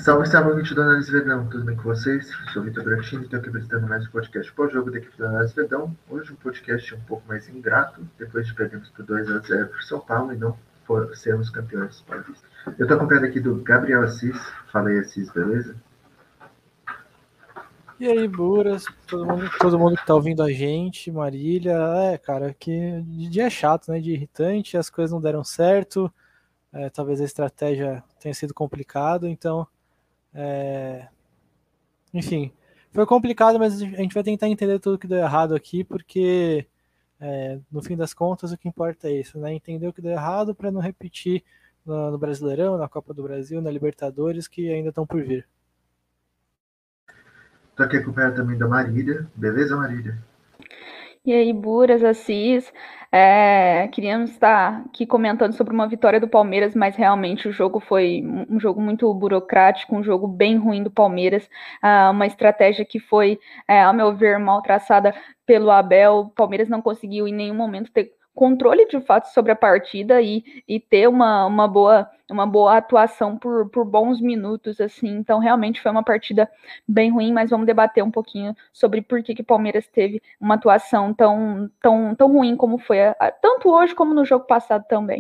Salve, salve, ouvinte do Análise Verdão, tudo bem com vocês? Sou o Vitor Gratini, estou aqui apresentando mais um podcast pós-jogo da equipe do Análise Verdão. Hoje um podcast um pouco mais ingrato, depois de perdermos por 2-0 para o São Paulo e não sermos campeões paulistas. Eu estou acompanhado aqui do Gabriel Assis. Fala aí, Assis, beleza? E aí, Buras, todo mundo que tá ouvindo a gente, Marília, cara, que de dia é chato, né, de irritante, as coisas não deram certo, talvez a estratégia tenha sido complicado, então, enfim, foi complicado, mas a gente vai tentar entender tudo que deu errado aqui, porque no fim das contas o que importa é isso, né, entender o que deu errado para não repetir no Brasileirão, na Copa do Brasil, na Libertadores, que ainda estão por vir. Estou aqui acompanhado também da Marília, beleza, Marília? E aí, Buras, Assis, queríamos estar aqui comentando sobre uma vitória do Palmeiras, mas realmente o jogo foi um jogo muito burocrático, um jogo bem ruim do Palmeiras, uma estratégia que foi, ao meu ver, mal traçada pelo Abel. O Palmeiras não conseguiu em nenhum momento ter controle de fato sobre a partida e ter uma boa atuação por bons minutos, assim. Então realmente foi uma partida bem ruim, mas vamos debater um pouquinho sobre por que o Palmeiras teve uma atuação tão ruim como foi, tanto hoje como no jogo passado também.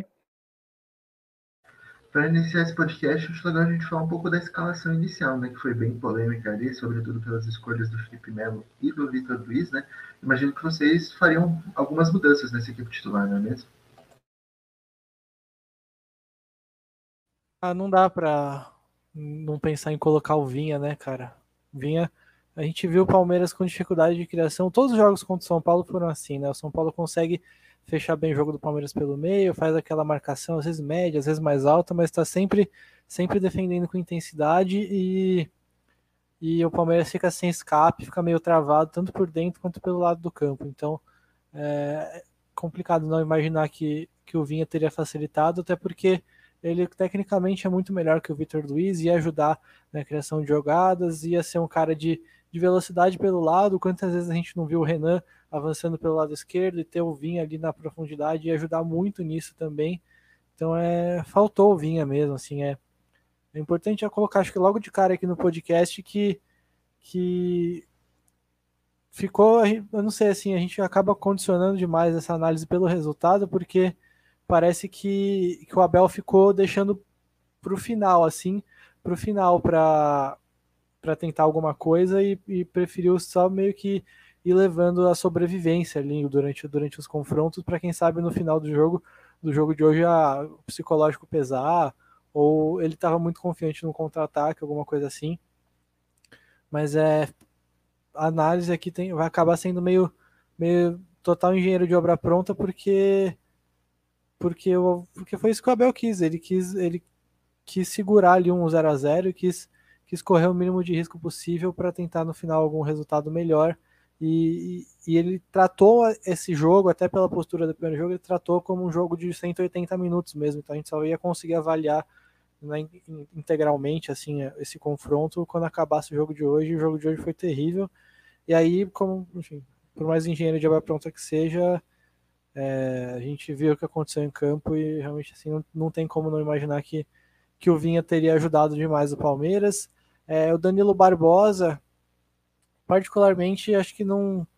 Para iniciar esse podcast, acho legal a gente falar um pouco da escalação inicial, né, que foi bem polêmica ali, sobretudo pelas escolhas do Felipe Melo e do Vitor Luiz, né? Imagino que vocês fariam algumas mudanças nessa equipe titular, não é mesmo? Não dá pra não pensar em colocar o Vinha, né, cara? Vinha, a gente viu o Palmeiras com dificuldade de criação. Todos os jogos contra o São Paulo foram assim, né? O São Paulo consegue fechar bem o jogo do Palmeiras pelo meio, faz aquela marcação, às vezes média, às vezes mais alta, mas tá sempre defendendo com intensidade e o Palmeiras fica sem escape, fica meio travado, tanto por dentro quanto pelo lado do campo. Então, é complicado não imaginar que o Vinha teria facilitado, até porque ele tecnicamente é muito melhor que o Vitor Luiz, ia ajudar na criação de jogadas, ia ser um cara de velocidade pelo lado. Quantas vezes a gente não viu o Renan avançando pelo lado esquerdo e ter o Vinha ali na profundidade, ia ajudar muito nisso também. Então faltou o Vinha mesmo, assim, é importante colocar, acho que logo de cara aqui no podcast que ficou, eu não sei, assim, a gente acaba condicionando demais essa análise pelo resultado, porque parece que o Abel ficou deixando pro final, assim, para tentar alguma coisa e preferiu só meio que ir levando a sobrevivência ali durante os confrontos, para quem sabe no final do jogo de hoje, o psicológico pesar, ou ele estava muito confiante no contra-ataque, alguma coisa assim. Mas a análise aqui vai acabar sendo meio total engenheiro de obra pronta, porque foi isso que o Abel quis. Ele quis segurar ali um 0-0 e quis correr o mínimo de risco possível para tentar no final algum resultado melhor. E ele tratou esse jogo, até pela postura do primeiro jogo, ele tratou como um jogo de 180 minutos mesmo. Então a gente só ia conseguir avaliar, né, integralmente assim, esse confronto quando acabasse o jogo de hoje. O jogo de hoje foi terrível. E aí, enfim, por mais engenheiro de obra pronta que seja, a gente viu o que aconteceu em campo e realmente assim, não tem como não imaginar que o Vinha teria ajudado demais o Palmeiras. O Danilo Barbosa, particularmente, acho que não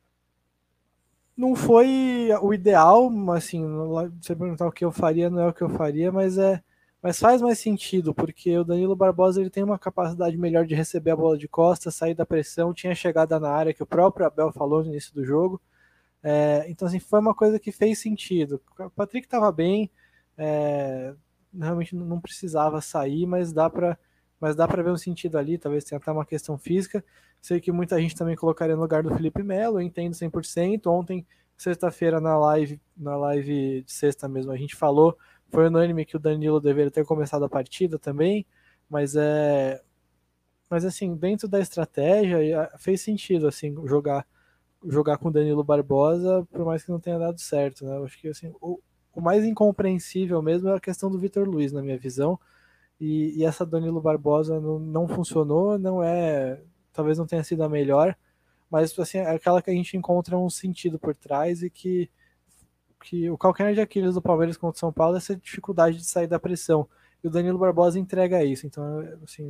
foi o ideal, assim, você perguntar o que eu faria, não é o que eu faria, mas faz mais sentido, porque o Danilo Barbosa ele tem uma capacidade melhor de receber a bola de costas, sair da pressão, tinha chegada na área que o próprio Abel falou no início do jogo. Então, assim, foi uma coisa que fez sentido. O Patrick estava bem, realmente não precisava sair, mas dá para ver um sentido ali, talvez tenha até uma questão física. Sei que muita gente também colocaria no lugar do Felipe Melo, eu entendo 100%. Ontem, sexta-feira, na live de sexta mesmo, a gente falou, foi unânime que o Danilo deveria ter começado a partida também, mas assim, dentro da estratégia, fez sentido, assim, jogar com o Danilo Barbosa, por mais que não tenha dado certo, né? Eu acho que, assim, o mais incompreensível mesmo é a questão do Vitor Luiz, na minha visão, e essa Danilo Barbosa não funcionou, talvez não tenha sido a melhor, mas assim, é aquela que a gente encontra um sentido por trás e que o calcanhar de Aquiles do Palmeiras contra o São Paulo é essa dificuldade de sair da pressão. o Danilo Barbosa entrega isso. Então, assim,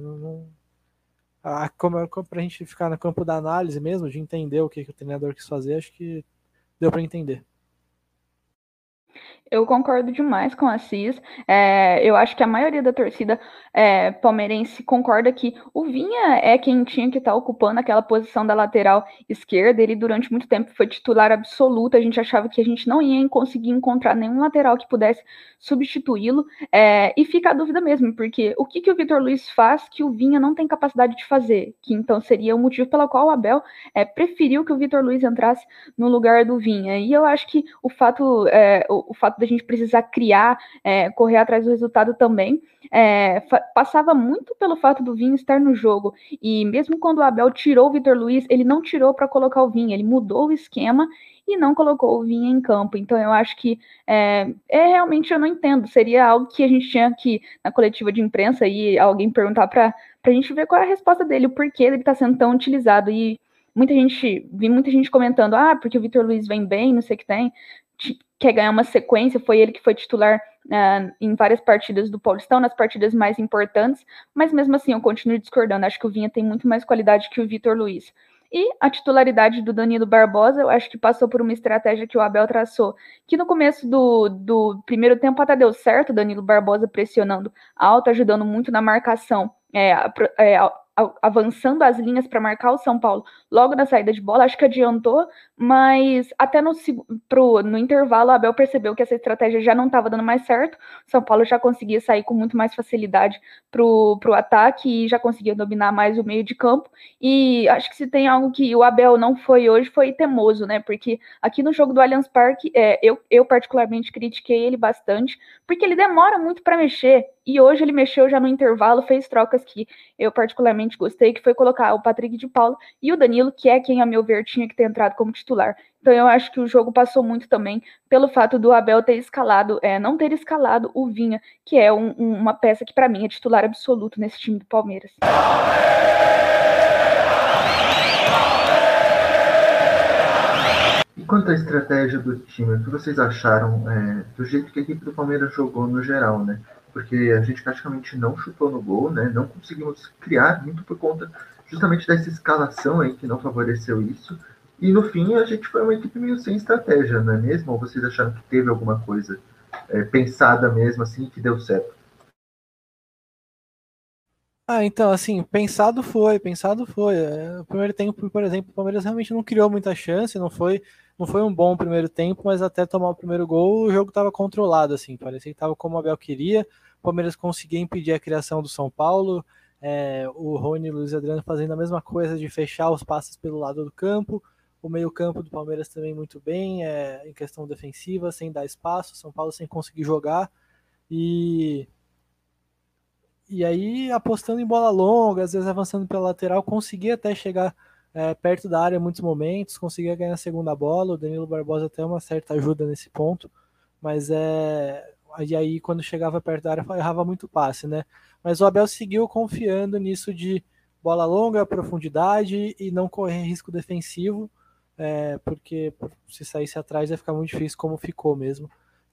pra gente ficar no campo da análise mesmo, de entender o que o treinador quis fazer, acho que deu para entender. Eu concordo demais com a Cis. Eu acho que a maioria da torcida palmeirense concorda que o Vinha é quem tinha que estar ocupando aquela posição da lateral esquerda. Ele, durante muito tempo, foi titular absoluto. A gente achava que a gente não ia conseguir encontrar nenhum lateral que pudesse substituí-lo. E fica a dúvida mesmo, porque o que o Vitor Luiz faz que o Vinha não tem capacidade de fazer? Que então seria o motivo pelo qual o Abel preferiu que o Vitor Luiz entrasse no lugar do Vinha. E eu acho que o fato da gente precisar criar, correr atrás do resultado também, passava muito pelo fato do Vinha estar no jogo. E mesmo quando o Abel tirou o Vitor Luiz, ele não tirou para colocar o Vinha, ele mudou o esquema e não colocou o Vinha em campo. Então eu acho que realmente eu não entendo. Seria algo que a gente tinha que, na coletiva de imprensa, e alguém perguntar para a gente ver qual é a resposta dele, o porquê ele está sendo tão utilizado. E vi muita gente comentando, porque o Vitor Luiz vem bem, não sei o que tem, quer ganhar uma sequência, foi ele que foi titular em várias partidas do Paulistão, nas partidas mais importantes, mas mesmo assim eu continuo discordando, acho que o Vinha tem muito mais qualidade que o Vitor Luiz. E a titularidade do Danilo Barbosa, eu acho que passou por uma estratégia que o Abel traçou, que no começo do primeiro tempo até deu certo, o Danilo Barbosa pressionando alto, ajudando muito na marcação, avançando as linhas para marcar o São Paulo logo na saída de bola, acho que adiantou, mas até no intervalo, a Abel percebeu que essa estratégia já não estava dando mais certo, o São Paulo já conseguia sair com muito mais facilidade pro ataque e já conseguia dominar mais o meio de campo, e acho que se tem algo que o Abel não foi hoje, foi teimoso, né, porque aqui no jogo do Allianz Parque, eu particularmente critiquei ele bastante, porque ele demora muito para mexer, e hoje ele mexeu já no intervalo, fez trocas que eu particularmente gostei, que foi colocar o Patrick de Paula e o Danilo, que é quem, a meu ver, tinha que ter entrado como titular. Então eu acho que o jogo passou muito também pelo fato do Abel ter não ter escalado o Vinha, que é uma peça que para mim é titular absoluto nesse time do Palmeiras. E quanto à estratégia do time, o que vocês acharam do jeito que a equipe do Palmeiras jogou no geral, né? Porque a gente praticamente não chutou no gol, né? Não conseguimos criar, muito por conta justamente dessa escalação aí que não favoreceu isso. E no fim a gente foi uma equipe meio sem estratégia, não é mesmo? Ou vocês acharam que teve alguma coisa pensada mesmo assim que deu certo? Então, assim, pensado foi. O primeiro tempo, por exemplo, o Palmeiras realmente não criou muita chance, não foi um bom primeiro tempo, mas até tomar o primeiro gol, o jogo estava controlado, assim, parecia que estava como o Abel queria, o Palmeiras conseguia impedir a criação do São Paulo, o Rony e o Luiz Adriano fazendo a mesma coisa de fechar os passes pelo lado do campo, o meio campo do Palmeiras também muito bem, em questão defensiva, sem dar espaço, São Paulo sem conseguir jogar, e aí, apostando em bola longa, às vezes avançando pela lateral, conseguia até chegar perto da área em muitos momentos, conseguia ganhar a segunda bola. O Danilo Barbosa até uma certa ajuda nesse ponto, mas e aí quando chegava perto da área errava muito passe, né? Mas o Abel seguiu confiando nisso de bola longa, profundidade e não correr risco defensivo, porque se saísse atrás ia ficar muito difícil, como ficou mesmo.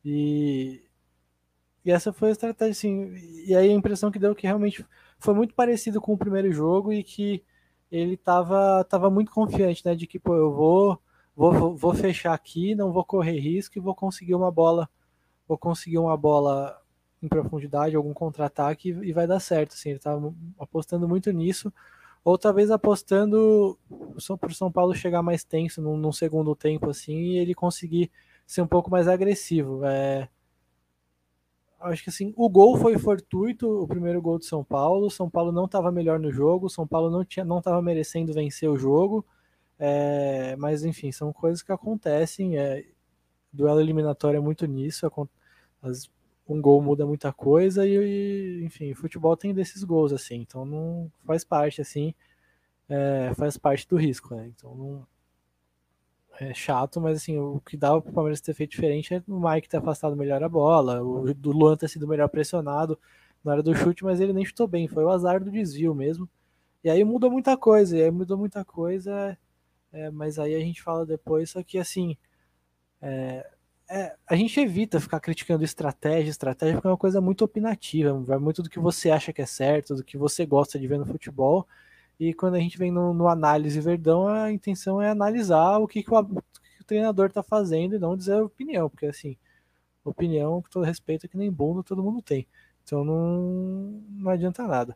E essa foi a estratégia, assim. E aí a impressão que deu que realmente foi muito parecido com o primeiro jogo e que ele tava muito confiante, né? De que, pô, eu vou fechar aqui, não vou correr risco e vou conseguir uma bola em profundidade, algum contra-ataque e vai dar certo, assim. Ele tava apostando muito nisso, ou talvez apostando pro São Paulo chegar mais tenso num segundo tempo, assim, e ele conseguir ser um pouco mais agressivo. Acho que assim, o gol foi fortuito, o primeiro gol de São Paulo. São Paulo não estava melhor no jogo, São Paulo não estava merecendo vencer o jogo. Mas enfim, são coisas que acontecem. Duelo eliminatório é muito nisso. Um gol muda muita coisa enfim, futebol tem desses gols assim. Então não faz parte assim, faz parte do risco, né? Então não é chato, mas assim, o que dava pro Palmeiras ter feito diferente é o Mike ter afastado melhor a bola, o do Luan ter sido melhor pressionado na hora do chute, mas ele nem chutou bem, foi o azar do desvio mesmo. E aí mudou muita coisa, mas aí a gente fala depois, só que assim, a gente evita ficar criticando estratégia porque é uma coisa muito opinativa, vai muito do que você acha que é certo, do que você gosta de ver no futebol, e quando a gente vem no análise Verdão, a intenção é analisar o que o treinador está fazendo e não dizer a opinião, porque assim, opinião, com todo respeito, é que nem bunda todo mundo tem, então não adianta nada.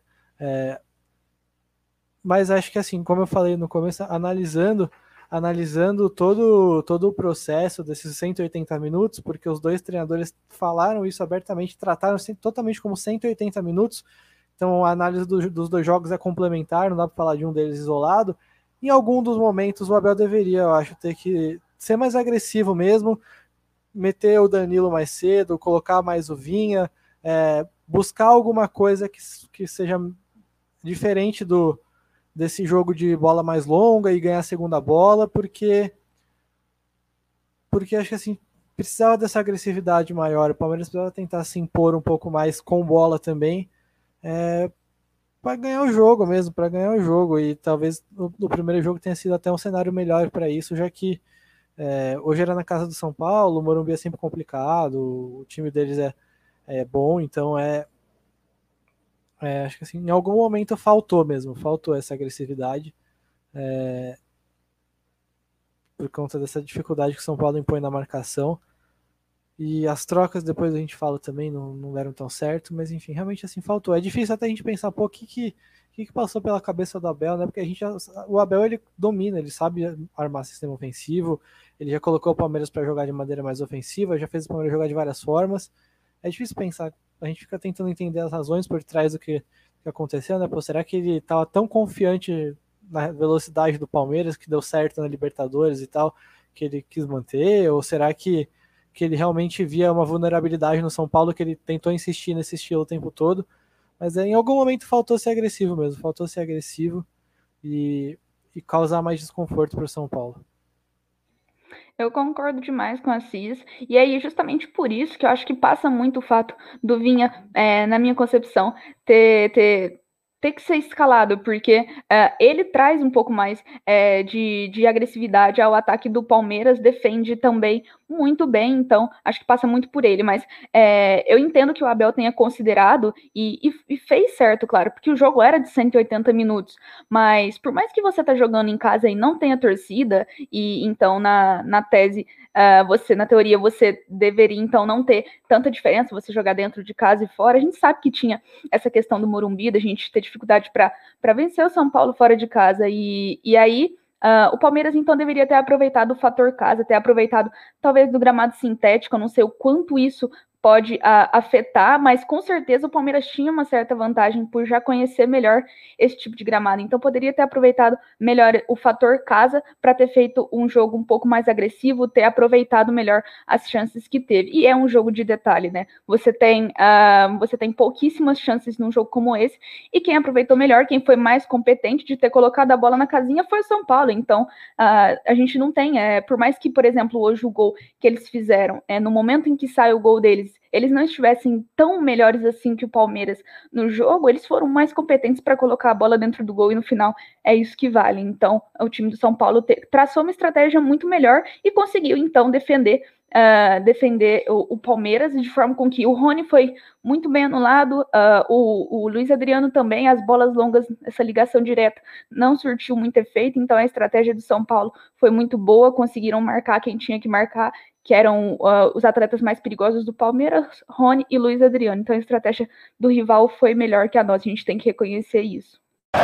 Mas acho que assim, como eu falei no começo, analisando todo o processo desses 180 minutos, porque os dois treinadores falaram isso abertamente, trataram totalmente como 180 minutos, então a análise dos dois jogos é complementar, não dá para falar de um deles isolado. Em algum dos momentos o Abel deveria, eu acho, ter que ser mais agressivo mesmo, meter o Danilo mais cedo, colocar mais o Vinha, buscar alguma coisa que seja diferente desse jogo de bola mais longa e ganhar a segunda bola, porque acho que assim, precisava dessa agressividade maior, o Palmeiras precisava tentar se impor um pouco mais com bola também, para ganhar o jogo mesmo, para ganhar o jogo, e talvez no primeiro jogo tenha sido até um cenário melhor para isso, já que hoje era na casa do São Paulo, o Morumbi é sempre complicado, o time deles é bom, então acho que assim, em algum momento faltou essa agressividade, por conta dessa dificuldade que o São Paulo impõe na marcação. E as trocas, depois a gente fala também, não deram tão certo, mas enfim, realmente assim faltou. É difícil até a gente pensar, pô, o que passou pela cabeça do Abel, né? Porque o Abel ele domina, ele sabe armar sistema ofensivo, ele já colocou o Palmeiras para jogar de maneira mais ofensiva, já fez o Palmeiras jogar de várias formas. É difícil pensar, a gente fica tentando entender as razões por trás do que aconteceu, né? Pô, será que ele estava tão confiante na velocidade do Palmeiras, que deu certo na Libertadores e tal, que ele quis manter? Ou será que ele realmente via uma vulnerabilidade no São Paulo, que ele tentou insistir nesse estilo o tempo todo? Mas em algum momento faltou ser agressivo mesmo, e causar mais desconforto para o São Paulo. Eu concordo demais com a Cis, e aí justamente por isso que eu acho que passa muito o fato do Vinha, na minha concepção, ter que ser escalado, porque ele traz um pouco mais de agressividade ao ataque do Palmeiras, defende também muito bem, então acho que passa muito por ele, mas eu entendo que o Abel tenha considerado e fez certo, claro, porque o jogo era de 180 minutos, mas por mais que você tá jogando em casa e não tenha torcida, e então na tese, na teoria, você deveria então não ter tanta diferença, você jogar dentro de casa e fora, a gente sabe que tinha essa questão do Morumbi, da gente ter dificuldade para vencer o São Paulo fora de casa, e aí o Palmeiras então deveria ter aproveitado o fator casa, ter aproveitado talvez do gramado sintético, eu não sei o quanto isso pode afetar, mas com certeza o Palmeiras tinha uma certa vantagem por já conhecer melhor esse tipo de gramado, então poderia ter aproveitado melhor o fator casa para ter feito um jogo um pouco mais agressivo, ter aproveitado melhor as chances que teve, e é um jogo de detalhe, né? Você tem pouquíssimas chances num jogo como esse, e quem aproveitou melhor, quem foi mais competente de ter colocado a bola na casinha foi o São Paulo, então a gente não tem, por mais que, por exemplo, hoje o gol que eles fizeram, no momento em que sai o gol deles, eles não estivessem tão melhores assim que o Palmeiras no jogo, eles foram mais competentes para colocar a bola dentro do gol, e no final é isso que vale. Então, o time do São Paulo traçou uma estratégia muito melhor e conseguiu, então, defender o Palmeiras, de forma com que o Rony foi muito bem anulado, o Luiz Adriano também, as bolas longas, essa ligação direta não surtiu muito efeito, então a estratégia do São Paulo foi muito boa, conseguiram marcar quem tinha que marcar, que eram os atletas mais perigosos do Palmeiras, Rony e Luiz Adriano. Então a estratégia do rival foi melhor que a nossa, a gente tem que reconhecer isso.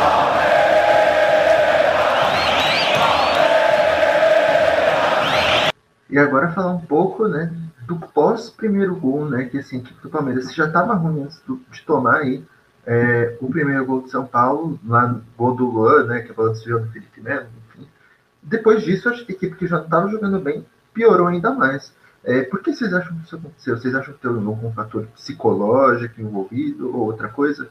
E agora falar um pouco, né, do pós-primeiro gol, né, que assim, a equipe do Palmeiras já estava ruim antes de tomar aí o primeiro gol de São Paulo, lá no gol do Luan, né, que a bola desviou do Felipe Melo, enfim. Depois disso, acho que a equipe que já estava jogando bem piorou ainda mais. Por que vocês acham que isso aconteceu? Vocês acham que tem algum fator psicológico envolvido ou outra coisa?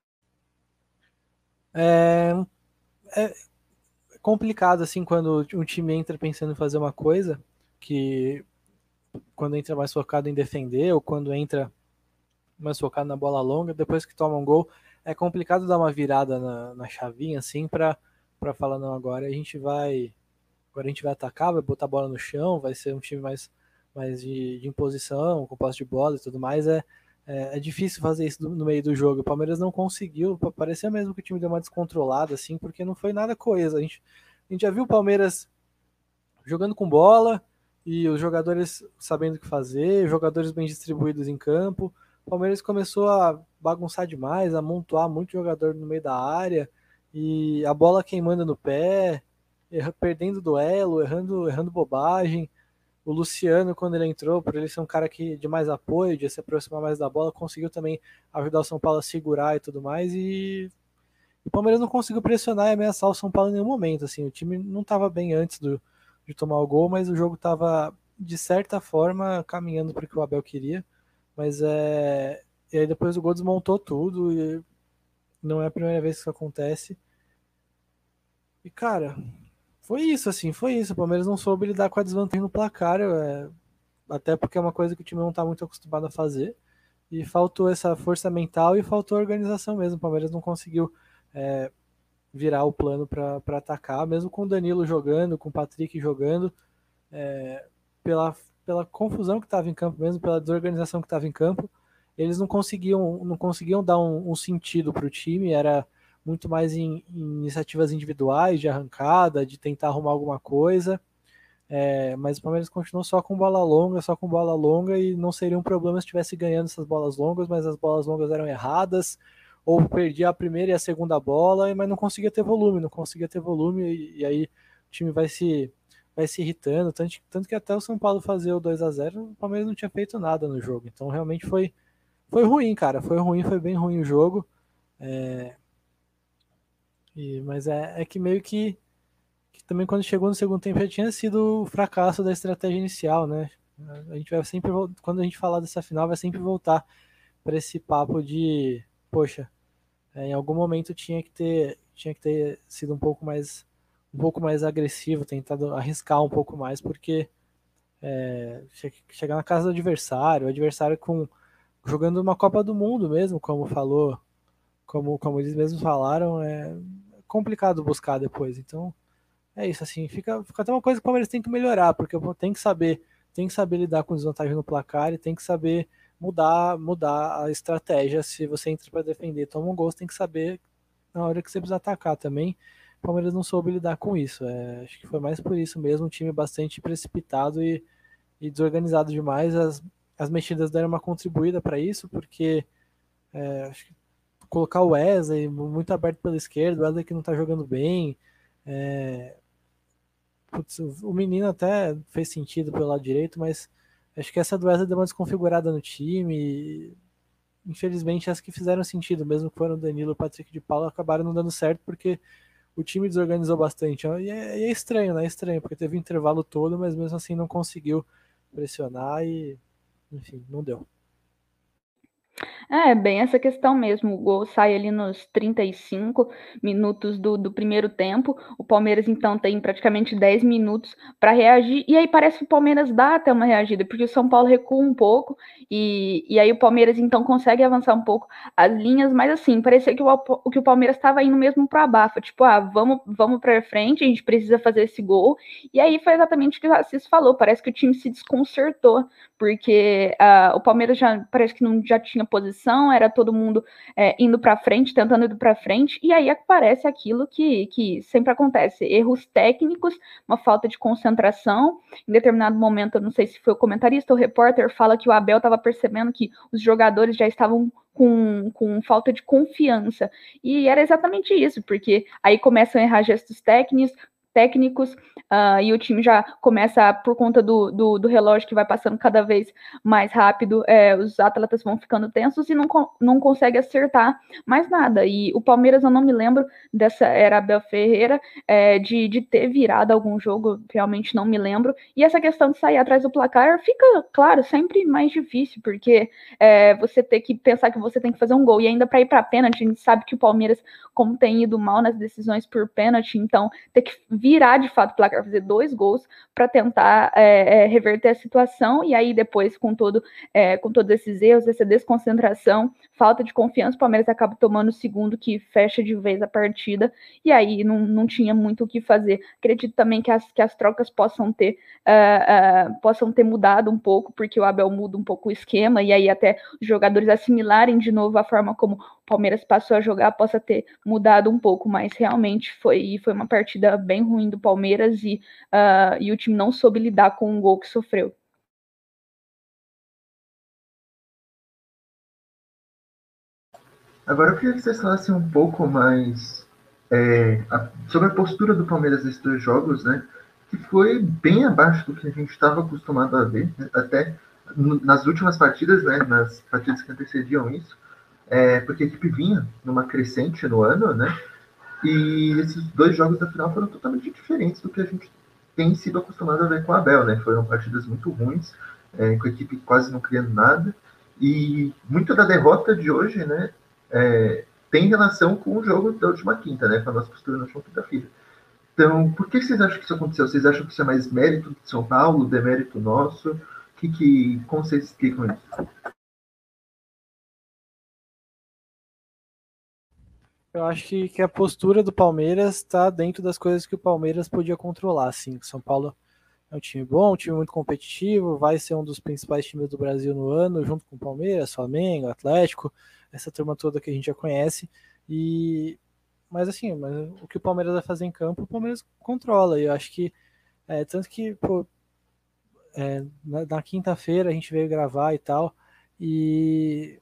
É complicado, assim, quando um time entra pensando em fazer uma coisa, que quando entra mais focado em defender, ou quando entra mais focado na bola longa, depois que toma um gol, é complicado dar uma virada na chavinha, assim, para falar, não, agora a gente vai atacar, vai botar a bola no chão, vai ser um time mais mais de imposição, com posse de bola e tudo mais, é difícil fazer isso no meio do jogo. O Palmeiras não conseguiu, parecia mesmo que o time deu uma descontrolada, assim, porque não foi nada coisa. A gente já viu o Palmeiras jogando com bola e os jogadores sabendo o que fazer, jogadores bem distribuídos em campo. O Palmeiras começou a bagunçar demais, a amontoar muito jogador no meio da área e a bola queimando no pé, perdendo duelo, errando bobagem. O Luciano, quando ele entrou, por ele ser um cara de mais apoio, de se aproximar mais da bola, conseguiu também ajudar o São Paulo a segurar e tudo mais. E o Palmeiras não conseguiu pressionar e ameaçar o São Paulo em nenhum momento. Assim, o time não estava bem antes de tomar o gol, mas o jogo estava, de certa forma, caminhando para o que o Abel queria. Mas e aí depois o gol desmontou tudo e não é a primeira vez que isso acontece. E, cara, foi isso, assim, foi isso. O Palmeiras não soube lidar com a desvantagem no placar, até porque é uma coisa que o time não está muito acostumado a fazer. E faltou essa força mental e faltou organização mesmo. O Palmeiras não conseguiu virar o plano para atacar, mesmo com o Danilo jogando, com o Patrick jogando, pela confusão que estava em campo mesmo, pela desorganização que estava em campo, eles não conseguiam dar um sentido para o time, era muito mais em iniciativas individuais, de arrancada, de tentar arrumar alguma coisa, mas o Palmeiras continuou só com bola longa, e não seria um problema se estivesse ganhando essas bolas longas, mas as bolas longas eram erradas, ou perdia a primeira e a segunda bola, mas não conseguia ter volume, e aí o time vai se irritando, tanto que até o São Paulo fazer o 2-0, o Palmeiras não tinha feito nada no jogo, então realmente foi ruim, cara, foi bem ruim o jogo, mas é que meio que também quando chegou no segundo tempo já tinha sido o fracasso da estratégia inicial, né? A gente vai sempre, quando a gente falar dessa final, vai sempre voltar para esse papo de, poxa, em algum momento tinha que ter sido um pouco mais agressivo, tentado arriscar um pouco mais, porque chegar na casa do adversário, o adversário jogando uma Copa do Mundo mesmo, como eles mesmos falaram, é complicado buscar depois. Então, é isso, assim, fica até uma coisa que o Palmeiras tem que melhorar, porque tem que saber lidar com desvantagem no placar e tem que saber mudar a estratégia. Se você entra para defender, toma um gol, você tem que saber na hora que você precisa atacar também. O Palmeiras não soube lidar com isso. Acho que foi mais por isso mesmo, um time bastante precipitado e desorganizado demais. As mexidas deram uma contribuída para isso, porque acho que colocar o Wesley muito aberto pela esquerda, o Wesley que não está jogando bem, putz, o menino até fez sentido pelo lado direito, mas acho que essa do Wesley deu uma desconfigurada no time. E, infelizmente, as que fizeram sentido, mesmo que foram o Danilo e o Patrick de Paula, acabaram não dando certo porque o time desorganizou bastante. E é estranho, né? É estranho, porque teve um intervalo todo, mas mesmo assim não conseguiu pressionar e, enfim, não deu. Bem essa questão mesmo. O gol sai ali nos 35 minutos do primeiro tempo. O Palmeiras, então, tem praticamente 10 minutos para reagir. E aí parece que o Palmeiras dá até uma reagida, porque o São Paulo recua um pouco. E aí o Palmeiras, então, consegue avançar um pouco as linhas. Mas, assim, parecia que o Palmeiras estava indo mesmo para abafa. Tipo, vamos para frente, a gente precisa fazer esse gol. E aí foi exatamente o que o Assis falou. Parece que o time se desconcertou, porque o Palmeiras parece que já tinha posição, era todo mundo indo para frente, tentando ir para frente, e aí aparece aquilo que sempre acontece, erros técnicos, uma falta de concentração. Em determinado momento, eu não sei se foi o comentarista ou o repórter, fala que o Abel estava percebendo que os jogadores já estavam com falta de confiança, e era exatamente isso, porque aí começam a errar gestos técnicos, e o time já começa, por conta do relógio que vai passando cada vez mais rápido, os atletas vão ficando tensos e não consegue acertar mais nada. E o Palmeiras, eu não me lembro dessa era Abel Ferreira, de ter virado algum jogo, realmente não me lembro. E essa questão de sair atrás do placar fica, claro, sempre mais difícil, porque você ter que pensar que você tem que fazer um gol, e ainda para ir para pênalti, a gente sabe que o Palmeiras, como tem ido mal nas decisões por pênalti, então ter que virar de fato o placar, fazer 2 gols para tentar reverter a situação, e aí depois com todos esses erros, essa desconcentração, falta de confiança, o Palmeiras acaba tomando o segundo que fecha de vez a partida, e aí não tinha muito o que fazer. Acredito também que as trocas possam ter mudado um pouco, porque o Abel muda um pouco o esquema, e aí até os jogadores assimilarem de novo a forma como o Palmeiras passou a jogar, possa ter mudado um pouco, mas realmente foi uma partida bem ruim do Palmeiras, e o time não soube lidar com o gol que sofreu. Agora eu queria que vocês falassem um pouco mais sobre a postura do Palmeiras nesses 2 jogos, né? Que foi bem abaixo do que a gente estava acostumado a ver, né? Até nas últimas partidas, né? Nas partidas que antecediam isso, porque a equipe vinha numa crescente no ano, né? E esses 2 jogos da final foram totalmente diferentes do que a gente tem sido acostumado a ver com a Abel, né? Foram partidas muito ruins, com a equipe quase não criando nada, e muito da derrota de hoje, né? Tem relação com o jogo da última quinta, né? Com a nossa postura na última quinta-feira. Então, por que vocês acham que isso aconteceu? Vocês acham que isso é mais mérito de São Paulo, demérito nosso? Como vocês explicam isso? Eu acho que a postura do Palmeiras está dentro das coisas que o Palmeiras podia controlar, assim. O São Paulo é um time bom, um time muito competitivo, vai ser um dos principais times do Brasil no ano, junto com o Palmeiras, Flamengo, Atlético, essa turma toda que a gente já conhece. Mas o que o Palmeiras vai fazer em campo, o Palmeiras controla. E eu acho que, tanto que, na quinta-feira a gente veio gravar e tal, e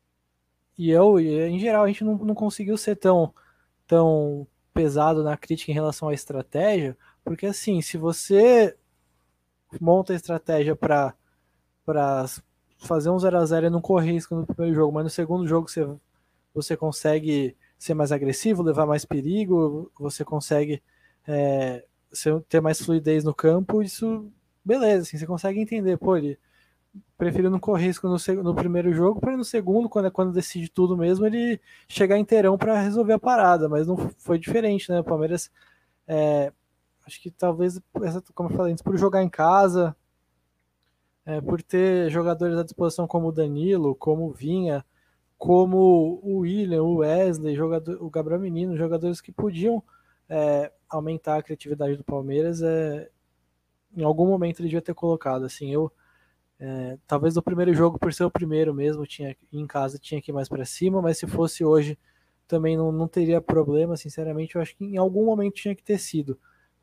em geral, a gente não conseguiu ser tão pesado na crítica em relação à estratégia, porque assim, se você monta a estratégia para fazer um 0-0 e não correr risco no primeiro jogo, mas no segundo jogo você consegue ser mais agressivo, levar mais perigo, você consegue ter mais fluidez no campo, isso, beleza, assim, você consegue entender, pô, ele preferiu não correr risco no primeiro jogo, para no segundo, quando decide tudo mesmo, ele chegar inteirão para resolver a parada, mas não foi diferente, né? O Palmeiras, acho que talvez, como eu falei antes, por jogar em casa, por ter jogadores à disposição como o Danilo, como o Vinha, como o William, o Wesley, o Gabriel Menino, jogadores que podiam aumentar a criatividade do Palmeiras, em algum momento ele devia ter colocado, assim, talvez no primeiro jogo, por ser o primeiro mesmo, em casa tinha que ir mais para cima, mas se fosse hoje também não teria problema, sinceramente, eu acho que em algum momento tinha que ter sido.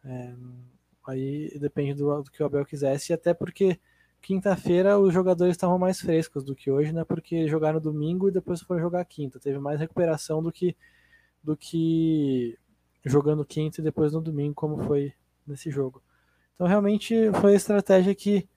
Aí depende do que o Abel quisesse, e até porque quinta-feira os jogadores estavam mais frescos do que hoje, né? Porque jogaram domingo e depois foram jogar quinta. Teve mais recuperação do que jogando quinta e depois no domingo, como foi nesse jogo. Então realmente foi a estratégia que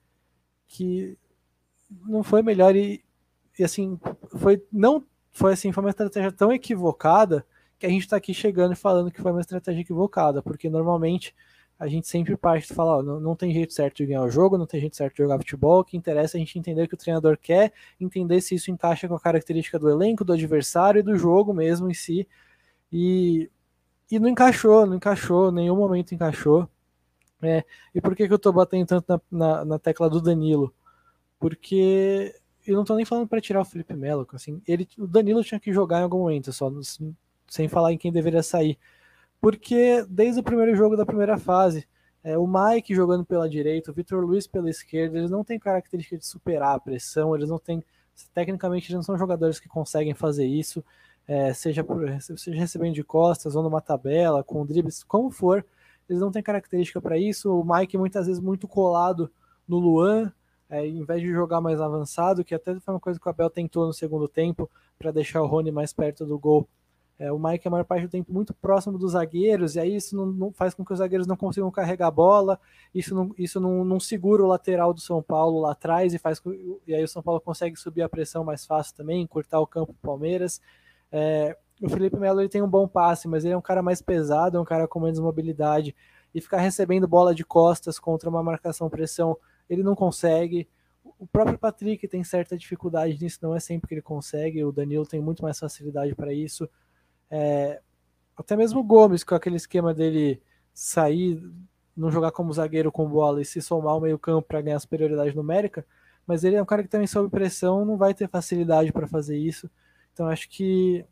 não foi melhor, e assim, foi uma estratégia tão equivocada que a gente está aqui chegando e falando que foi uma estratégia equivocada, porque normalmente a gente sempre parte de falar, não tem jeito certo de ganhar o jogo, não tem jeito certo de jogar futebol, o que interessa é a gente entender o que o treinador quer, entender se isso encaixa com a característica do elenco, do adversário e do jogo mesmo em si, e não encaixou, em nenhum momento encaixou. E por que eu tô batendo tanto na tecla do Danilo? Porque eu não tô nem falando para tirar o Felipe Melo, assim, o Danilo tinha que jogar em algum momento, só sem falar em quem deveria sair. Porque desde o primeiro jogo da primeira fase, o Mike jogando pela direita, o Vitor Luiz pela esquerda, eles não têm característica de superar a pressão, eles não têm, tecnicamente, eles não são jogadores que conseguem fazer isso, seja recebendo de costas ou numa tabela, com dribles, como for, eles não têm característica para isso. O Mike muitas vezes muito colado no Luan, em vez de jogar mais avançado, que até foi uma coisa que o Abel tentou no segundo tempo, para deixar o Rony mais perto do gol. O Mike, a maior parte do tempo, muito próximo dos zagueiros, e aí isso não faz com que os zagueiros não consigam carregar a bola, isso não segura o lateral do São Paulo lá atrás, e aí o São Paulo consegue subir a pressão mais fácil também, encurtar o campo do Palmeiras. O Felipe Melo, ele tem um bom passe, mas ele é um cara mais pesado, é um cara com menos mobilidade, e ficar recebendo bola de costas contra uma marcação-pressão, ele não consegue. O próprio Patrick tem certa dificuldade nisso, não é sempre que ele consegue, o Danilo tem muito mais facilidade para isso. Até mesmo o Gomes, com aquele esquema dele sair, não jogar como zagueiro com bola e se somar ao meio campo para ganhar superioridade numérica, mas ele é um cara que também sob pressão não vai ter facilidade para fazer isso. Então acho que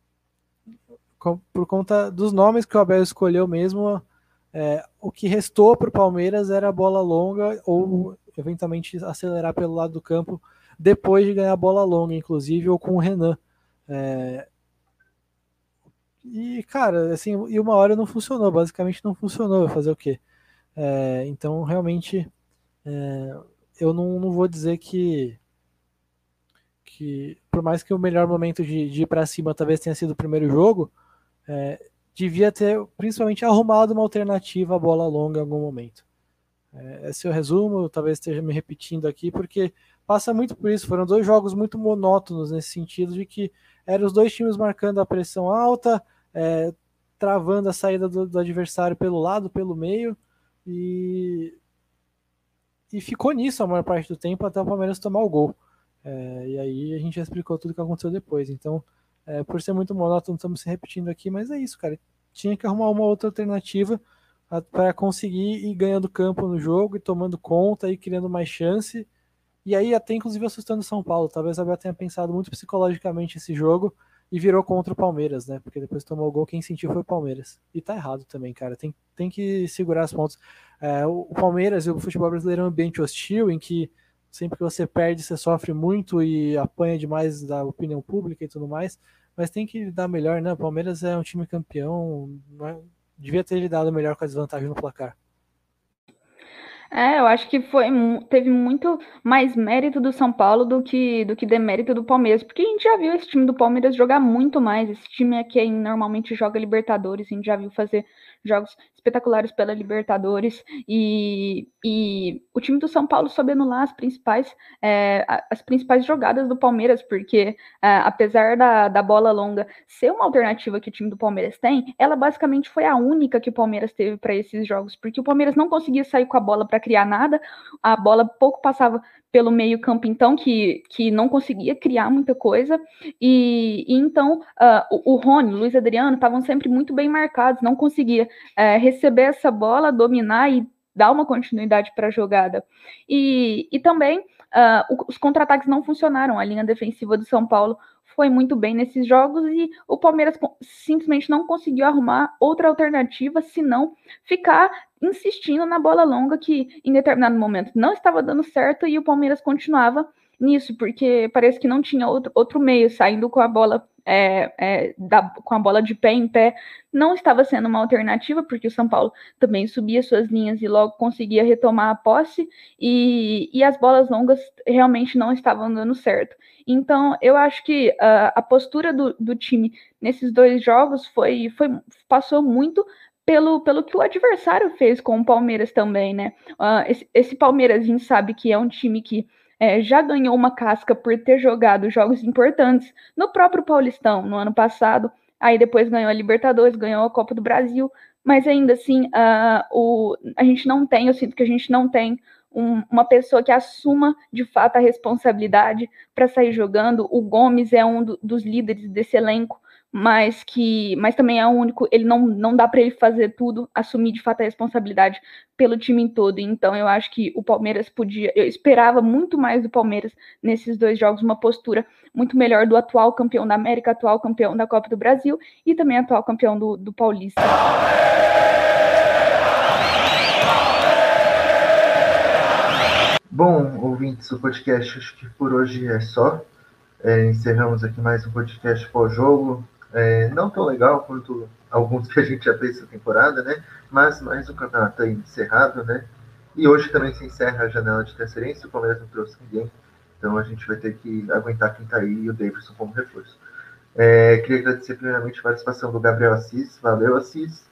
por conta dos nomes que o Abel escolheu mesmo, o que restou para o Palmeiras era a bola longa ou eventualmente acelerar pelo lado do campo depois de ganhar a bola longa, inclusive, ou com o Renan. E, cara, assim, e uma hora não funcionou, basicamente não funcionou, vai fazer o quê? Então, realmente, eu não vou dizer que por mais que o melhor momento de ir para cima talvez tenha sido o primeiro jogo, devia ter principalmente arrumado uma alternativa à bola longa em algum momento. Esse é o resumo, talvez esteja me repetindo aqui, porque passa muito por isso. Foram 2 jogos muito monótonos nesse sentido de que eram os 2 times marcando a pressão alta, travando a saída do adversário pelo lado, pelo meio, e ficou nisso a maior parte do tempo até o Palmeiras tomar o gol. E aí a gente já explicou tudo o que aconteceu depois. Então, por ser muito monótono, estamos se repetindo aqui, mas é isso, cara. Tinha que arrumar uma outra alternativa para conseguir ir ganhando campo no jogo e tomando conta e criando mais chance. E aí até inclusive assustando o São Paulo. Talvez a Abel tenha pensado muito psicologicamente esse jogo e virou contra o Palmeiras, né? Porque depois tomou o gol, quem sentiu foi o Palmeiras. E tá errado também, cara. Tem que segurar as pontas. O Palmeiras e o futebol brasileiro é um ambiente hostil em que sempre que você perde, você sofre muito e apanha demais da opinião pública e tudo mais, mas tem que dar melhor, né? O Palmeiras é um time campeão, devia ter lidado melhor com a desvantagem no placar. Eu acho que teve muito mais mérito do São Paulo do que demérito do Palmeiras, porque a gente já viu esse time do Palmeiras jogar muito mais. Esse time é quem normalmente joga Libertadores, a gente já viu fazer jogos espetaculares pela Libertadores, e o time do São Paulo soube anular as principais jogadas do Palmeiras, porque apesar da bola longa ser uma alternativa que o time do Palmeiras tem, ela basicamente foi a única que o Palmeiras teve para esses jogos, porque o Palmeiras não conseguia sair com a bola para criar nada, a bola pouco passava pelo meio campo, então, que não conseguia criar muita coisa, e então o Rony, o Luiz Adriano estavam sempre muito bem marcados, não conseguia receber essa bola, dominar e dar uma continuidade para a jogada. E também os contra-ataques não funcionaram, a linha defensiva do São Paulo foi muito bem nesses jogos e o Palmeiras simplesmente não conseguiu arrumar outra alternativa, senão ficar insistindo na bola longa, que em determinado momento não estava dando certo e o Palmeiras continuava nisso, porque parece que não tinha outro meio, saindo com a bola com a bola de pé em pé, não estava sendo uma alternativa, porque o São Paulo também subia suas linhas e logo conseguia retomar a posse, e as bolas longas realmente não estavam dando certo. Então, eu acho que a postura do time nesses 2 jogos passou muito pelo que o adversário fez com o Palmeiras também, né? Esse Palmeiras, a gente sabe que é um time que já ganhou uma casca por ter jogado jogos importantes no próprio Paulistão, no ano passado, aí depois ganhou a Libertadores, ganhou a Copa do Brasil, mas ainda assim, a gente não tem, eu sinto que a gente não tem uma pessoa que assuma de fato a responsabilidade para sair jogando. O Gomes é um dos líderes desse elenco, mas também é o único, ele não dá para ele fazer tudo, assumir de fato a responsabilidade pelo time todo. Então eu acho que o Palmeiras eu esperava muito mais do Palmeiras nesses 2 jogos, uma postura muito melhor do atual campeão da América, atual campeão da Copa do Brasil e também atual campeão do Paulista. Bom, ouvintes do podcast, acho que por hoje é só. Encerramos aqui mais um podcast pós-jogo. Não tão legal quanto alguns que a gente já fez essa temporada, né? Mas mais um campeonato aí encerrado, né? E hoje também se encerra a janela de transferência, o Palmeiras não trouxe ninguém, então a gente vai ter que aguentar quem tá aí e o Davidson como reforço. Queria agradecer primeiramente a participação do Gabriel Assis. Valeu, Assis.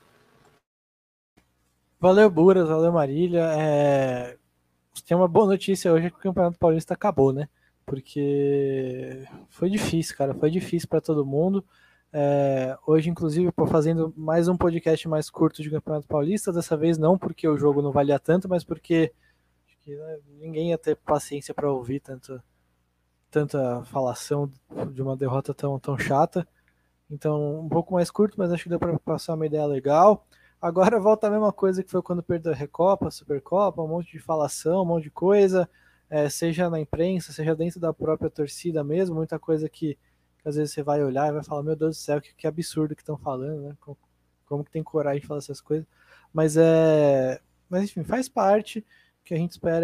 Valeu, Buras, valeu, Marília. Tem uma boa notícia hoje que o Campeonato Paulista acabou, né? Porque foi difícil, cara, foi difícil para todo mundo. Hoje, inclusive, fazendo mais um podcast mais curto de Campeonato Paulista, dessa vez não porque o jogo não valia tanto, mas porque ninguém ia ter paciência para ouvir tanta falação de uma derrota tão chata. Então, um pouco mais curto, mas acho que deu para passar uma ideia legal. Agora volta a mesma coisa que foi quando perdeu a Recopa, a Supercopa, um monte de falação, um monte de coisa, seja na imprensa, seja dentro da própria torcida mesmo, muita coisa que às vezes você vai olhar e vai falar, meu Deus do céu, que absurdo que estão falando, né? Como que tem coragem de falar essas coisas? Mas mas enfim, faz parte. O que a gente espera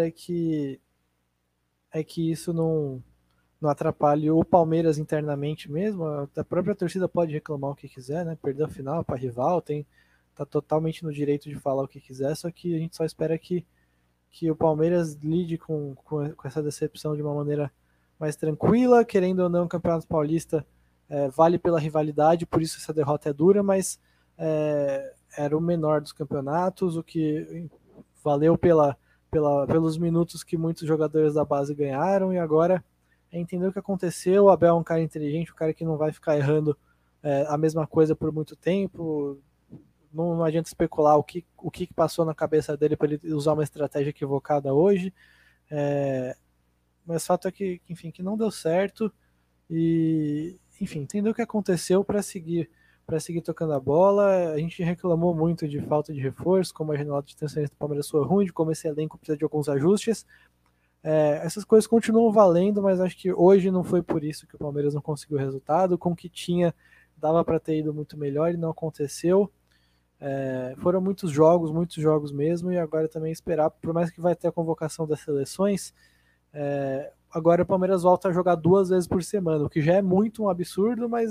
é que isso não atrapalhe o Palmeiras internamente mesmo. A própria torcida pode reclamar o que quiser, né? Perdeu a final para rival, tá totalmente no direito de falar o que quiser, só que a gente só espera que o Palmeiras lide com essa decepção de uma maneira mais tranquila, querendo ou não, o Campeonato Paulista vale pela rivalidade, por isso essa derrota é dura, mas era o menor dos campeonatos, o que valeu pelos minutos que muitos jogadores da base ganharam, e agora entender o que aconteceu. O Abel é um cara inteligente, um cara que não vai ficar errando a mesma coisa por muito tempo. Não adianta especular o que passou na cabeça dele para ele usar uma estratégia equivocada hoje. Mas o fato é que, enfim, que não deu certo. E, enfim, entender o que aconteceu para seguir tocando a bola. A gente reclamou muito de falta de reforço, como a janela de transferência do Palmeiras foi ruim, de como esse elenco precisa de alguns ajustes. Essas coisas continuam valendo, mas acho que hoje não foi por isso que o Palmeiras não conseguiu o resultado. Com o que tinha, dava para ter ido muito melhor e não aconteceu. Foram muitos jogos mesmo, e agora também esperar, por mais que vai ter a convocação das seleções, agora o Palmeiras volta a jogar 2 vezes por semana, o que já é muito um absurdo, mas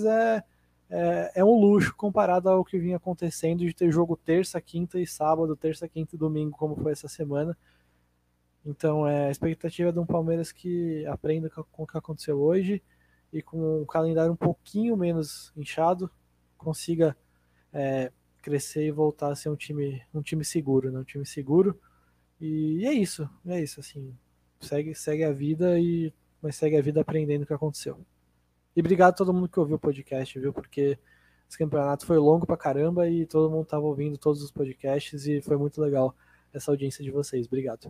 é um luxo comparado ao que vinha acontecendo de ter jogo terça, quinta e sábado, terça, quinta e domingo, como foi essa semana. Então, a expectativa é de um Palmeiras que aprenda com o que aconteceu hoje e com um calendário um pouquinho menos inchado, consiga crescer e voltar a ser um time seguro, né? Um time seguro. E é isso, assim, segue a vida, mas segue a vida aprendendo o que aconteceu. E obrigado a todo mundo que ouviu o podcast, viu? Porque esse campeonato foi longo pra caramba e todo mundo tava ouvindo todos os podcasts e foi muito legal essa audiência de vocês. Obrigado.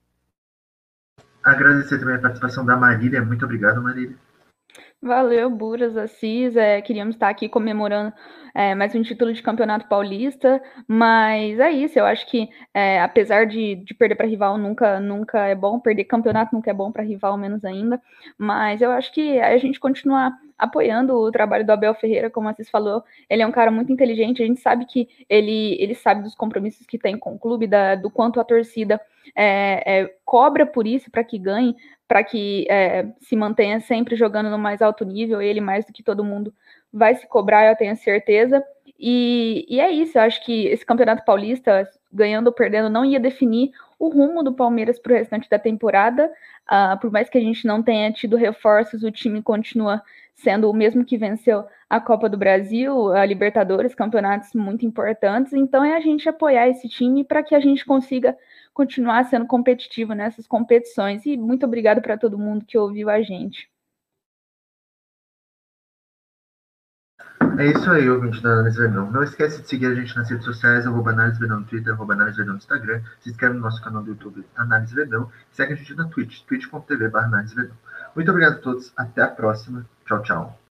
Agradecer também a participação da Marília. Muito obrigado, Marília. Valeu, Buras, Assis. Queríamos estar aqui comemorando mais um título de Campeonato Paulista, mas é isso. Eu acho que, apesar de perder para rival, nunca é bom, perder campeonato nunca é bom para rival, menos ainda. Mas eu acho que a gente continuar apoiando o trabalho do Abel Ferreira, como a Assis falou, ele é um cara muito inteligente. A gente sabe que ele sabe dos compromissos que tem com o clube, do quanto a torcida cobra por isso para que ganhe, para que se mantenha sempre jogando no mais alto nível. Ele, mais do que todo mundo, vai se cobrar, eu tenho certeza. E é isso, eu acho que esse Campeonato Paulista, ganhando ou perdendo, não ia definir o rumo do Palmeiras para o restante da temporada. Por mais que a gente não tenha tido reforços, o time continua sendo o mesmo que venceu a Copa do Brasil, a Libertadores, campeonatos muito importantes. Então é a gente apoiar esse time para que a gente consiga continuar sendo competitivo nessas competições. E muito obrigado para todo mundo que ouviu a gente. É isso aí, ouvinte da Análise Verdão. Não esquece de seguir a gente nas redes sociais, @Análise Verdão no Twitter, @Análise Verdão no Instagram. Se inscreve no nosso canal do YouTube, Análise Verdão. Segue a gente na Twitch, twitch.tv/Análise Verdão. Muito obrigado a todos, até a próxima. Tchau, tchau.